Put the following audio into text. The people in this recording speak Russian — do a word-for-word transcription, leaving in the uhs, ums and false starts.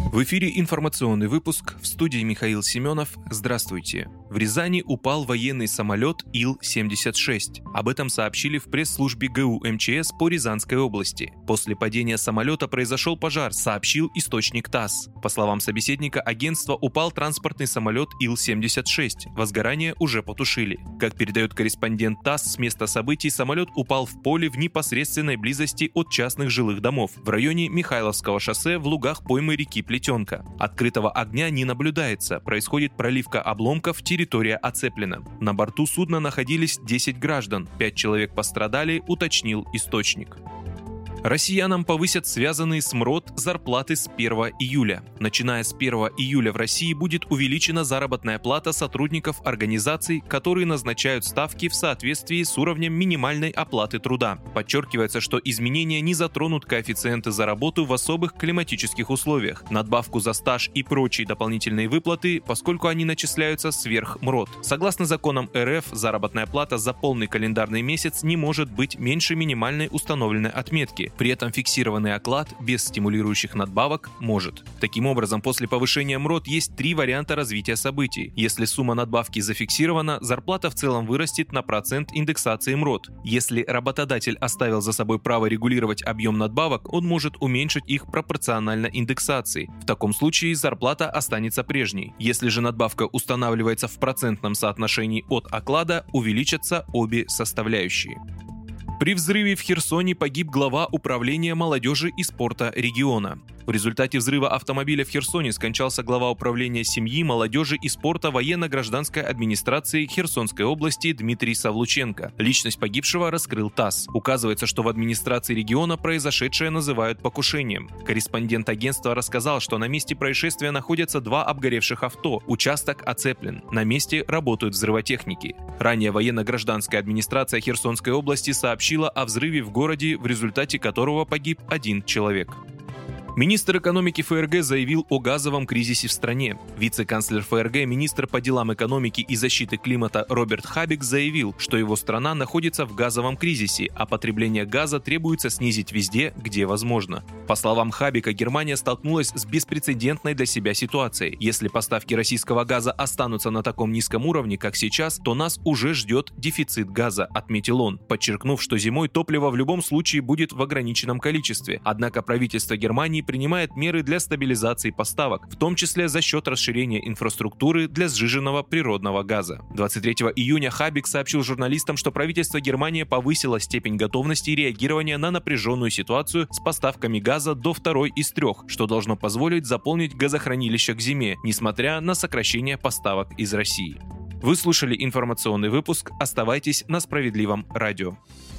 В эфире информационный выпуск, в студии Михаил Семенов. Здравствуйте. В Рязани упал военный самолет Ил семьдесят шесть. Об этом сообщили в пресс-службе ГУ МЧС по Рязанской области. После падения самолета произошел пожар, сообщил источник ТАСС. По словам собеседника агентства, упал транспортный самолет Ил семьдесят шесть. Возгорание уже потушили. Как передает корреспондент ТАСС, с места событий самолет упал в поле в непосредственной близости от частных жилых домов в районе Михайловского шоссе в лугах поймы реки Плетенка. Открытого огня не наблюдается, происходит проливка обломков, территория оцеплена. На борту судна находились десять граждан, пять человек пострадали, уточнил источник. Россиянам повысят связанные с МРОТ зарплаты с первого июля. Начиная с первого июля в России будет увеличена заработная плата сотрудников организаций, которые назначают ставки в соответствии с уровнем минимальной оплаты труда. Подчеркивается, что изменения не затронут коэффициенты за работу в особых климатических условиях, надбавку за стаж и прочие дополнительные выплаты, поскольку они начисляются сверх МРОТ. Согласно законам РФ, заработная плата за полный календарный месяц не может быть меньше минимальной установленной отметки. При этом фиксированный оклад без стимулирующих надбавок может. Таким образом, после повышения МРОТ есть три варианта развития событий. Если сумма надбавки зафиксирована, зарплата в целом вырастет на процент индексации МРОТ. Если работодатель оставил за собой право регулировать объем надбавок, он может уменьшить их пропорционально индексации. В таком случае зарплата останется прежней. Если же надбавка устанавливается в процентном соотношении от оклада, увеличатся обе составляющие. При взрыве в Херсоне погиб глава управления молодежи и спорта региона. В результате взрыва автомобиля в Херсоне скончался глава управления семьи, молодежи и спорта военно-гражданской администрации Херсонской области Дмитрий Савлученко. Личность погибшего раскрыл ТАСС. Указывается, что в администрации региона произошедшее называют покушением. Корреспондент агентства рассказал, что на месте происшествия находятся два обгоревших авто, участок оцеплен. На месте работают взрывотехники. Ранее военно-гражданская администрация Херсонской области сообщила о взрыве в городе, в результате которого погиб один человек. Министр экономики ФРГ заявил о газовом кризисе в стране. Вице-канцлер ФРГ, министр по делам экономики и защиты климата Роберт Хабек заявил, что его страна находится в газовом кризисе, а потребление газа требуется снизить везде, где возможно. По словам Хабека, Германия столкнулась с беспрецедентной для себя ситуацией. Если поставки российского газа останутся на таком низком уровне, как сейчас, то нас уже ждет дефицит газа, отметил он, подчеркнув, что зимой топливо в любом случае будет в ограниченном количестве. Однако правительство Германии принимает меры для стабилизации поставок, в том числе за счет расширения инфраструктуры для сжиженного природного газа. двадцать третьего июня Хабек сообщил журналистам, что правительство Германии повысило степень готовности и реагирования на напряженную ситуацию с поставками газа до второй из трех, что должно позволить заполнить газохранилища к зиме, несмотря на сокращение поставок из России. Вы слушали информационный выпуск. Оставайтесь на Справедливом радио.